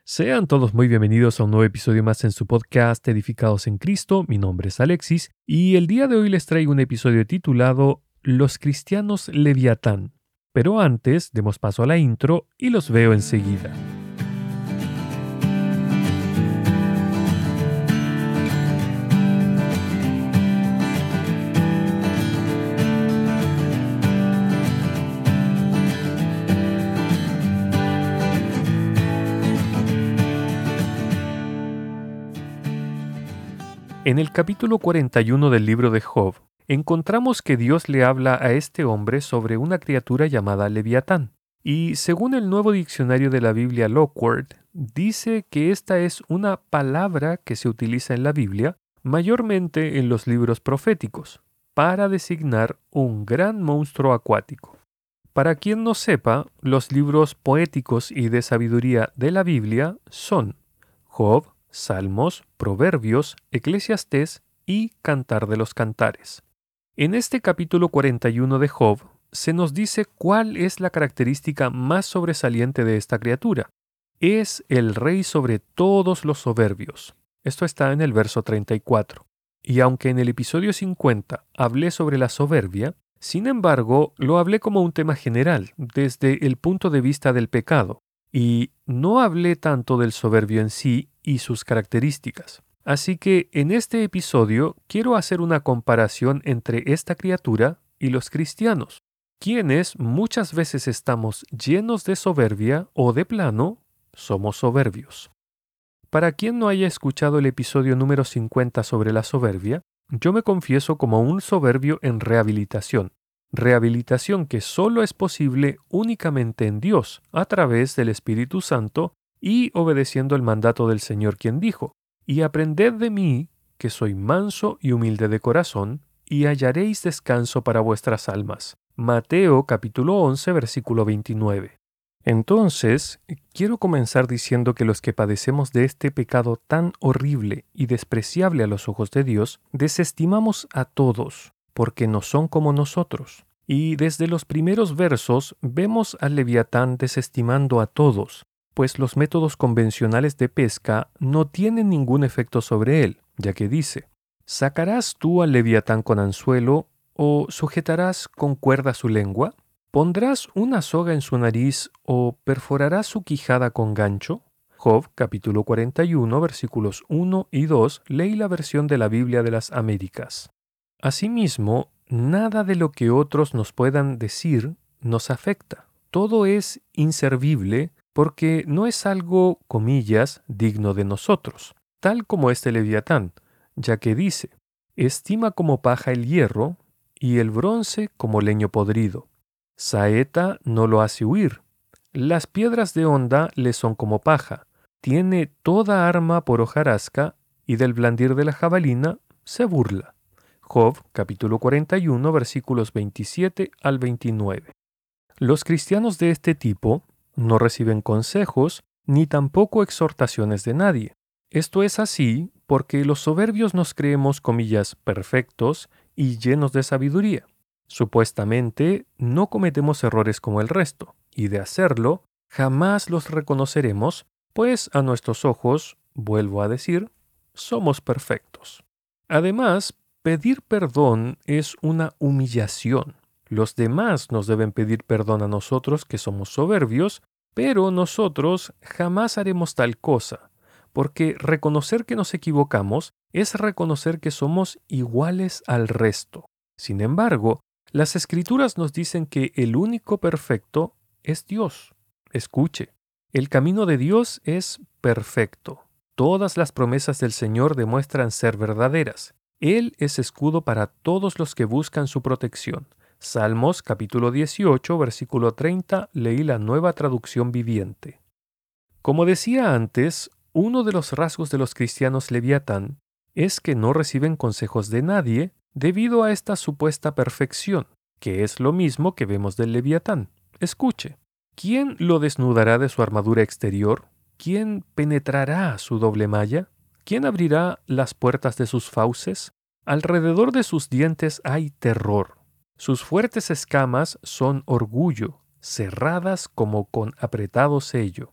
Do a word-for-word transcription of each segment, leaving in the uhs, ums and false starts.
Sean todos muy bienvenidos a un nuevo episodio más en su podcast Edificados en Cristo. Mi nombre es Alexis y el día de hoy les traigo un episodio titulado Los cristianos Leviatán. Pero antes, demos paso a la intro y los veo enseguida. En el capítulo cuarenta y uno del libro de Job, encontramos que Dios le habla a este hombre sobre una criatura llamada Leviatán. Y según el nuevo diccionario de la Biblia Lockwood, dice que esta es una palabra que se utiliza en la Biblia, mayormente en los libros proféticos, para designar un gran monstruo acuático. Para quien no sepa, los libros poéticos y de sabiduría de la Biblia son Job, Salmos, Proverbios, Eclesiastés y Cantar de los Cantares. En este capítulo cuarenta y uno de Job se nos dice cuál es la característica más sobresaliente de esta criatura. Es el rey sobre todos los soberbios. Esto está en el verso treinta y cuatro. Y aunque en el episodio cincuenta hablé sobre la soberbia, sin embargo, lo hablé como un tema general, desde el punto de vista del pecado, y no hablé tanto del soberbio en sí y sus características. Así que en este episodio quiero hacer una comparación entre esta criatura y los cristianos, quienes muchas veces estamos llenos de soberbia o de plano somos soberbios. Para quien no haya escuchado el episodio número cincuenta sobre la soberbia, yo me confieso como un soberbio en rehabilitación. Rehabilitación que solo es posible únicamente en Dios, a través del Espíritu Santo y obedeciendo el mandato del Señor, quien dijo, «Y aprended de mí, que soy manso y humilde de corazón, y hallaréis descanso para vuestras almas». Mateo capítulo once, versículo veintinueve. Entonces, quiero comenzar diciendo que los que padecemos de este pecado tan horrible y despreciable a los ojos de Dios, desestimamos a todos, porque no son como nosotros. Y desde los primeros versos vemos al Leviatán desestimando a todos, pues los métodos convencionales de pesca no tienen ningún efecto sobre él, ya que dice, ¿sacarás tú al Leviatán con anzuelo o sujetarás con cuerda su lengua? ¿Pondrás una soga en su nariz o perforarás su quijada con gancho? Job, capítulo cuarenta y uno, versículos uno y dos, leí la versión de la Biblia de las Américas. Asimismo, nada de lo que otros nos puedan decir nos afecta. Todo es inservible porque no es algo, comillas, digno de nosotros, tal como este Leviatán, ya que dice, estima como paja el hierro y el bronce como leño podrido. Saeta no lo hace huir. Las piedras de honda le son como paja. Tiene toda arma por hojarasca y del blandir de la jabalina se burla. Job, capítulo cuarenta y uno, versículos veintisiete al veintinueve. Los cristianos de este tipo no reciben consejos ni tampoco exhortaciones de nadie. Esto es así porque los soberbios nos creemos, comillas, perfectos y llenos de sabiduría. Supuestamente no cometemos errores como el resto, y de hacerlo, jamás los reconoceremos, pues a nuestros ojos, vuelvo a decir, somos perfectos. Además, pedir perdón es una humillación. Los demás nos deben pedir perdón a nosotros que somos soberbios, pero nosotros jamás haremos tal cosa, porque reconocer que nos equivocamos es reconocer que somos iguales al resto. Sin embargo, las Escrituras nos dicen que el único perfecto es Dios. Escuche, el camino de Dios es perfecto. Todas las promesas del Señor demuestran ser verdaderas. Él es escudo para todos los que buscan su protección. Salmos capítulo dieciocho, versículo treinta, leí la Nueva Traducción Viviente. Como decía antes, uno de los rasgos de los cristianos Leviatán es que no reciben consejos de nadie debido a esta supuesta perfección, que es lo mismo que vemos del Leviatán. Escuche, ¿quién lo desnudará de su armadura exterior? ¿Quién penetrará su doble malla? ¿Quién abrirá las puertas de sus fauces? Alrededor de sus dientes hay terror. Sus fuertes escamas son orgullo, cerradas como con apretado sello.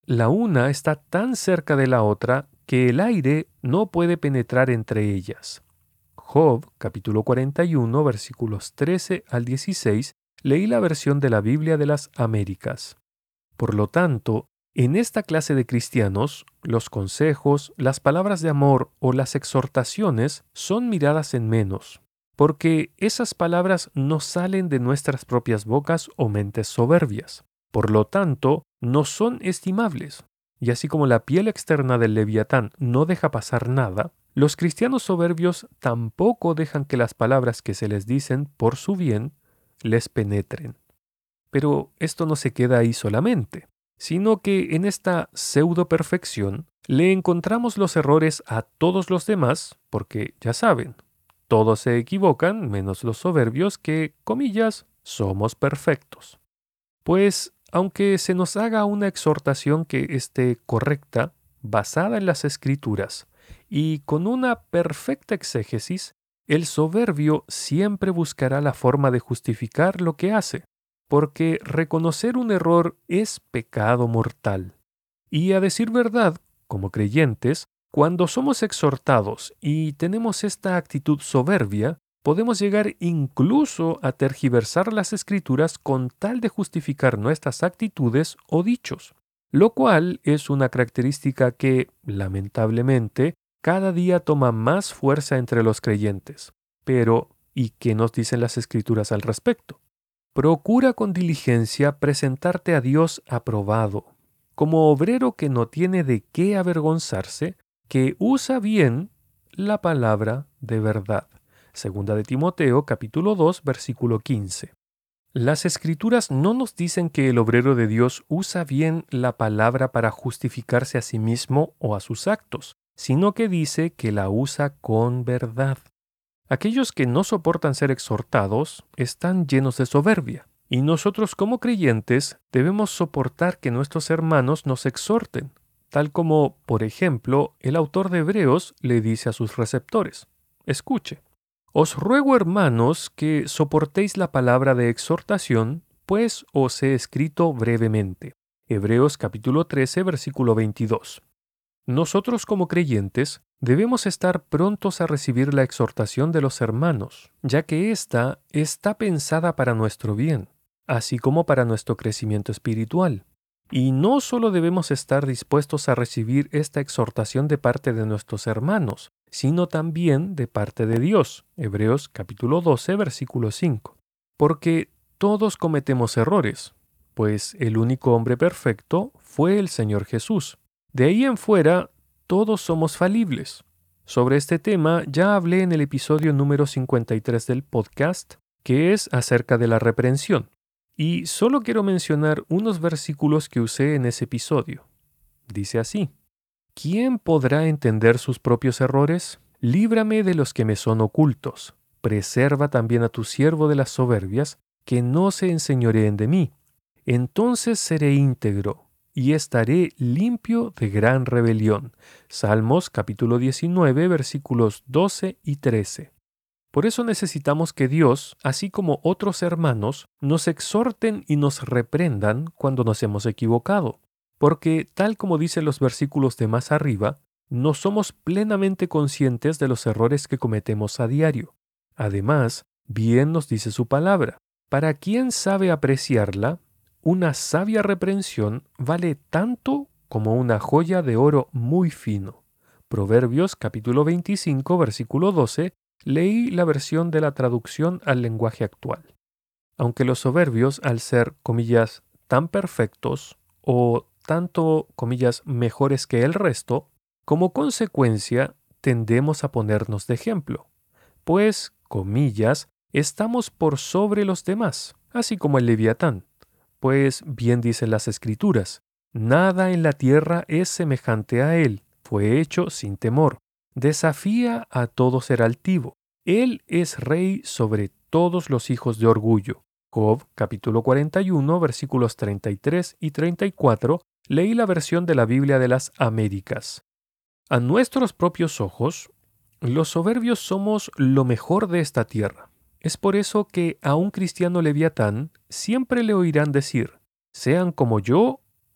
La una está tan cerca de la otra que el aire no puede penetrar entre ellas. Job, capítulo cuarenta y uno, versículos trece al dieciséis, leí la versión de la Biblia de las Américas. Por lo tanto, en esta clase de cristianos, los consejos, las palabras de amor o las exhortaciones son miradas en menos, porque esas palabras no salen de nuestras propias bocas o mentes soberbias. Por lo tanto, no son estimables. Y así como la piel externa del leviatán no deja pasar nada, los cristianos soberbios tampoco dejan que las palabras que se les dicen por su bien les penetren. Pero esto no se queda ahí solamente, sino que en esta pseudo perfección le encontramos los errores a todos los demás, porque ya saben, todos se equivocan menos los soberbios que, comillas, somos perfectos. Pues, aunque se nos haga una exhortación que esté correcta, basada en las Escrituras y con una perfecta exégesis, el soberbio siempre buscará la forma de justificar lo que hace, porque reconocer un error es pecado mortal. Y a decir verdad, como creyentes, cuando somos exhortados y tenemos esta actitud soberbia, podemos llegar incluso a tergiversar las Escrituras con tal de justificar nuestras actitudes o dichos, lo cual es una característica que, lamentablemente, cada día toma más fuerza entre los creyentes. Pero, ¿y qué nos dicen las Escrituras al respecto? Procura con diligencia presentarte a Dios aprobado, como obrero que no tiene de qué avergonzarse, que usa bien la palabra de verdad. Segunda de Timoteo, capítulo dos, versículo quince. Las Escrituras no nos dicen que el obrero de Dios usa bien la palabra para justificarse a sí mismo o a sus actos, sino que dice que la usa con verdad. Aquellos que no soportan ser exhortados están llenos de soberbia, y nosotros como creyentes debemos soportar que nuestros hermanos nos exhorten, tal como, por ejemplo, el autor de Hebreos le dice a sus receptores: escuche. Os ruego, hermanos, que soportéis la palabra de exhortación, pues os he escrito brevemente. Hebreos capítulo trece, versículo veintidós. Nosotros como creyentes debemos estar prontos a recibir la exhortación de los hermanos, ya que ésta está pensada para nuestro bien, así como para nuestro crecimiento espiritual. Y no solo debemos estar dispuestos a recibir esta exhortación de parte de nuestros hermanos, sino también de parte de Dios. Hebreos capítulo doce, versículo cinco. Porque todos cometemos errores, pues el único hombre perfecto fue el Señor Jesús. De ahí en fuera, todos somos falibles. Sobre este tema ya hablé en el episodio número cincuenta y tres del podcast, que es acerca de la reprensión. Y solo quiero mencionar unos versículos que usé en ese episodio. Dice así: ¿quién podrá entender sus propios errores? Líbrame de los que me son ocultos. Preserva también a tu siervo de las soberbias, que no se enseñoreen de mí. Entonces seré íntegro y estaré limpio de gran rebelión. Salmos capítulo diecinueve, versículos doce y trece. Por eso necesitamos que Dios, así como otros hermanos, nos exhorten y nos reprendan cuando nos hemos equivocado, porque tal como dicen los versículos de más arriba, no somos plenamente conscientes de los errores que cometemos a diario. Además, bien nos dice su palabra: para quien sabe apreciarla, una sabia reprensión vale tanto como una joya de oro muy fino. Proverbios capítulo veinticinco, versículo doce, leí la versión de la traducción al lenguaje actual. Aunque los soberbios, al ser, comillas, tan perfectos o tanto, comillas, mejores que el resto, como consecuencia tendemos a ponernos de ejemplo, pues, comillas, estamos por sobre los demás, así como el leviatán. Pues bien dicen las Escrituras: nada en la tierra es semejante a él, fue hecho sin temor. Desafía a todo ser altivo. Él es rey sobre todos los hijos de orgullo. Job, capítulo cuarenta y uno, versículos treinta y tres y treinta y cuatro, leí la versión de la Biblia de las Américas. A nuestros propios ojos, los soberbios somos lo mejor de esta tierra. Es por eso que a un cristiano leviatán siempre le oirán decir: sean como yo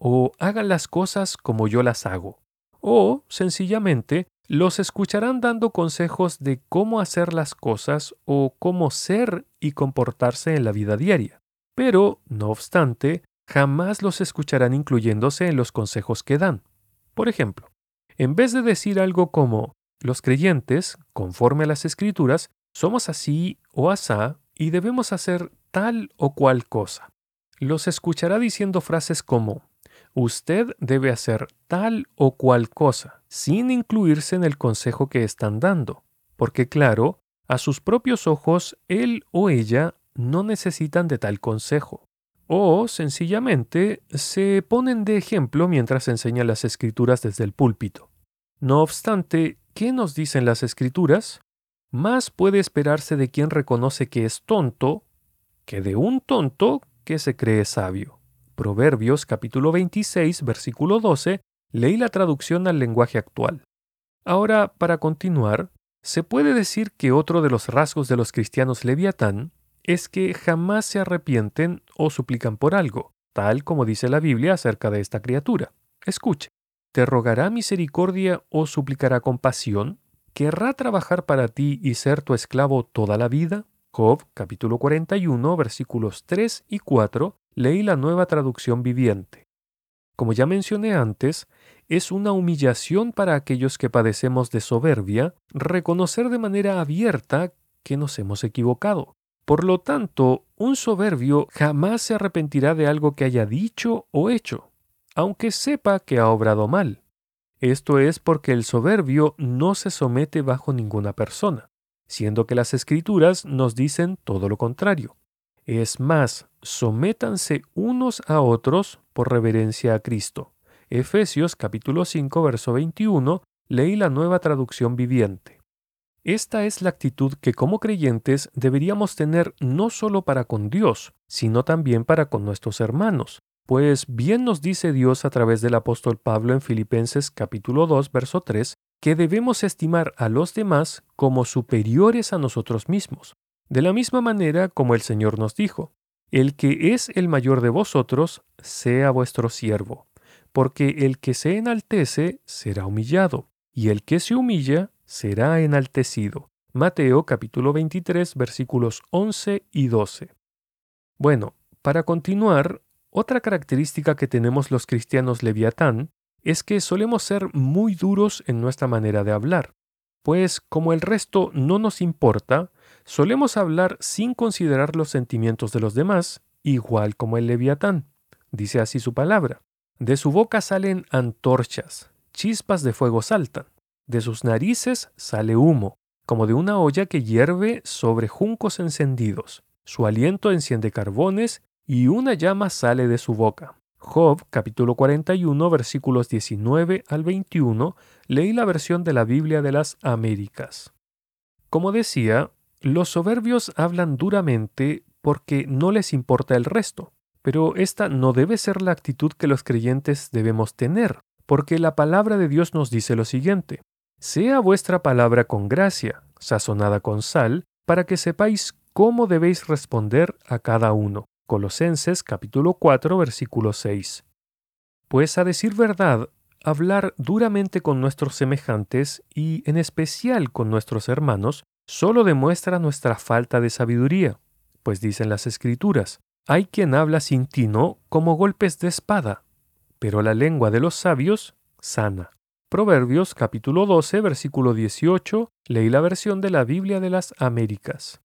o hagan las cosas como yo las hago. O, sencillamente, los escucharán dando consejos de cómo hacer las cosas o cómo ser y comportarse en la vida diaria. Pero, no obstante, jamás los escucharán incluyéndose en los consejos que dan. Por ejemplo, en vez de decir algo como, los creyentes, conforme a las Escrituras, somos así o asá y debemos hacer tal o cual cosa. Los escuchará diciendo frases como, usted debe hacer tal o cual cosa, sin incluirse en el consejo que están dando, porque claro, a sus propios ojos, él o ella no necesitan de tal consejo. O, sencillamente, se ponen de ejemplo mientras enseñan las Escrituras desde el púlpito. No obstante, ¿qué nos dicen las Escrituras? Más puede esperarse de quien reconoce que es tonto que de un tonto que se cree sabio. Proverbios capítulo veintiséis, versículo doce, leí la traducción al lenguaje actual. Ahora, para continuar, se puede decir que otro de los rasgos de los cristianos leviatán es que jamás se arrepienten o suplican por algo, tal como dice la Biblia acerca de esta criatura. Escuche, ¿te rogará misericordia o suplicará compasión? ¿Querrá trabajar para ti y ser tu esclavo toda la vida? Job, capítulo cuarenta y uno, versículos tres y cuatro, leí la Nueva Traducción Viviente. Como ya mencioné antes, es una humillación para aquellos que padecemos de soberbia reconocer de manera abierta que nos hemos equivocado. Por lo tanto, un soberbio jamás se arrepentirá de algo que haya dicho o hecho, aunque sepa que ha obrado mal. Esto es porque el soberbio no se somete bajo ninguna persona, siendo que las Escrituras nos dicen todo lo contrario. Es más, sométanse unos a otros por reverencia a Cristo. Efesios capítulo cinco, verso veintiuno, leí la Nueva Traducción Viviente. Esta es la actitud que como creyentes deberíamos tener no solo para con Dios, sino también para con nuestros hermanos, pues bien nos dice Dios a través del apóstol Pablo en Filipenses capítulo dos, verso tres, que debemos estimar a los demás como superiores a nosotros mismos, de la misma manera como el Señor nos dijo, el que es el mayor de vosotros, sea vuestro siervo, porque el que se enaltece será humillado, y el que se humilla será enaltecido. Mateo capítulo veintitrés, versículos once y doce. Bueno, para continuar, otra característica que tenemos los cristianos leviatán es que solemos ser muy duros en nuestra manera de hablar, pues como el resto no nos importa, solemos hablar sin considerar los sentimientos de los demás, igual como el leviatán. Dice así su palabra. De su boca salen antorchas, chispas de fuego saltan, de sus narices sale humo, como de una olla que hierve sobre juncos encendidos. Su aliento enciende carbones y una llama sale de su boca. Job, capítulo cuarenta y uno, versículos diecinueve al veintiuno, leí la versión de la Biblia de las Américas. Como decía, los soberbios hablan duramente porque no les importa el resto, pero esta no debe ser la actitud que los creyentes debemos tener, porque la palabra de Dios nos dice lo siguiente: sea vuestra palabra con gracia, sazonada con sal, para que sepáis cómo debéis responder a cada uno. Colosenses capítulo cuatro, versículo seis. Pues a decir verdad, hablar duramente con nuestros semejantes y en especial con nuestros hermanos solo demuestra nuestra falta de sabiduría, pues dicen las Escrituras, hay quien habla sin tino como golpes de espada, pero la lengua de los sabios sana. Proverbios capítulo doce, versículo dieciocho, leí la versión de la Biblia de las Américas.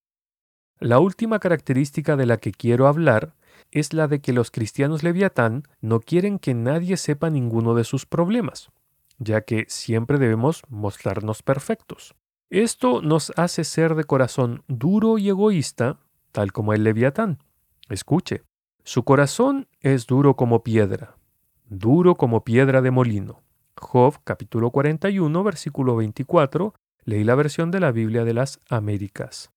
La última característica de la que quiero hablar es la de que los cristianos leviatán no quieren que nadie sepa ninguno de sus problemas, ya que siempre debemos mostrarnos perfectos. Esto nos hace ser de corazón duro y egoísta, tal como el leviatán. Escuche, su corazón es duro como piedra, duro como piedra de molino. Job capítulo cuarenta y uno, versículo veinticuatro, leí la versión de la Biblia de las Américas.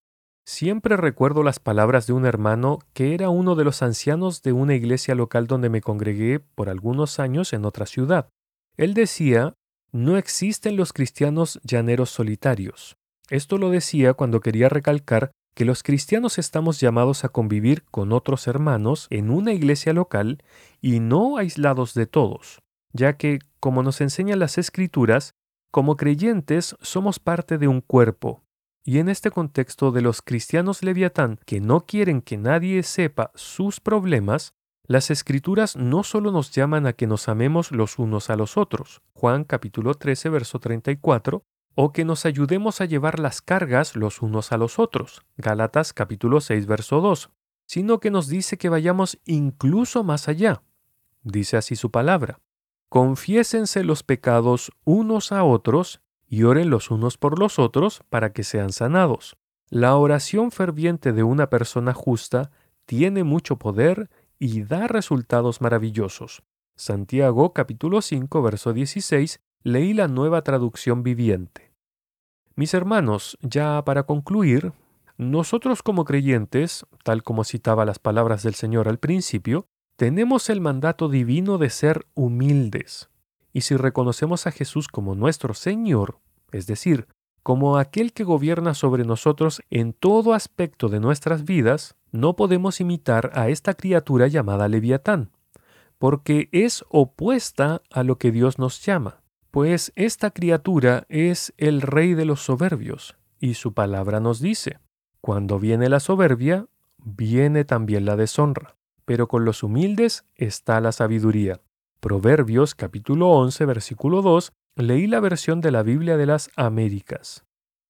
Siempre recuerdo las palabras de un hermano que era uno de los ancianos de una iglesia local donde me congregué por algunos años en otra ciudad. Él decía, no existen los cristianos llaneros solitarios. Esto lo decía cuando quería recalcar que los cristianos estamos llamados a convivir con otros hermanos en una iglesia local y no aislados de todos, ya que, como nos enseñan las Escrituras, como creyentes somos parte de un cuerpo. Y en este contexto de los cristianos leviatán que no quieren que nadie sepa sus problemas, las Escrituras no solo nos llaman a que nos amemos los unos a los otros, Juan capítulo trece, verso treinta y cuatro, o que nos ayudemos a llevar las cargas los unos a los otros, Gálatas capítulo seis, verso dos, sino que nos dice que vayamos incluso más allá. Dice así su palabra: confiésense los pecados unos a otros y oren los unos por los otros para que sean sanados. La oración ferviente de una persona justa tiene mucho poder y da resultados maravillosos. Santiago capítulo cinco, verso dieciséis, leí la Nueva Traducción Viviente. Mis hermanos, ya para concluir, nosotros como creyentes, tal como citaba las palabras del Señor al principio, tenemos el mandato divino de ser humildes. Y si reconocemos a Jesús como nuestro Señor, es decir, como aquel que gobierna sobre nosotros en todo aspecto de nuestras vidas, no podemos imitar a esta criatura llamada Leviatán, porque es opuesta a lo que Dios nos llama. Pues esta criatura es el rey de los soberbios, y su palabra nos dice: cuando viene la soberbia, viene también la deshonra, pero con los humildes está la sabiduría. Proverbios capítulo once, versículo dos, leí la versión de la Biblia de las Américas.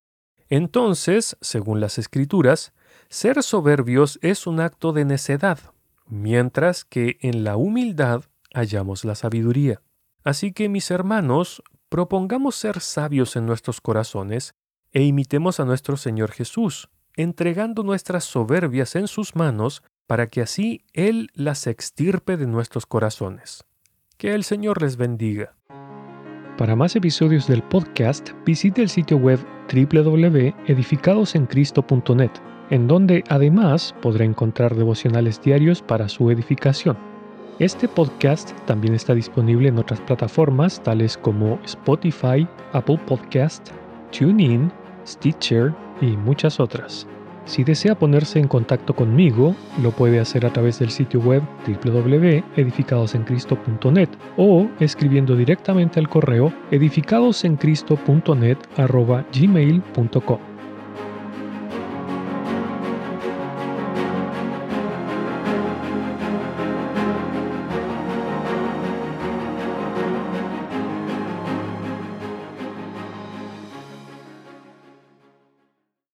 Entonces, según las Escrituras, ser soberbios es un acto de necedad, mientras que en la humildad hallamos la sabiduría. Así que, mis hermanos, propongamos ser sabios en nuestros corazones e imitemos a nuestro Señor Jesús, entregando nuestras soberbias en sus manos para que así Él las extirpe de nuestros corazones. Que el Señor les bendiga. Para más episodios del podcast, visite el sitio web doble u doble u doble u punto edificados en cristo punto net, en donde además podrá encontrar devocionales diarios para su edificación. Este podcast también está disponible en otras plataformas tales como Spotify, Apple Podcast, TuneIn, Stitcher y muchas otras. Si desea ponerse en contacto conmigo, lo puede hacer a través del sitio web doble u doble u doble u punto edificados en cristo punto net o escribiendo directamente al correo edificados en cristo punto net arroba gmail punto com.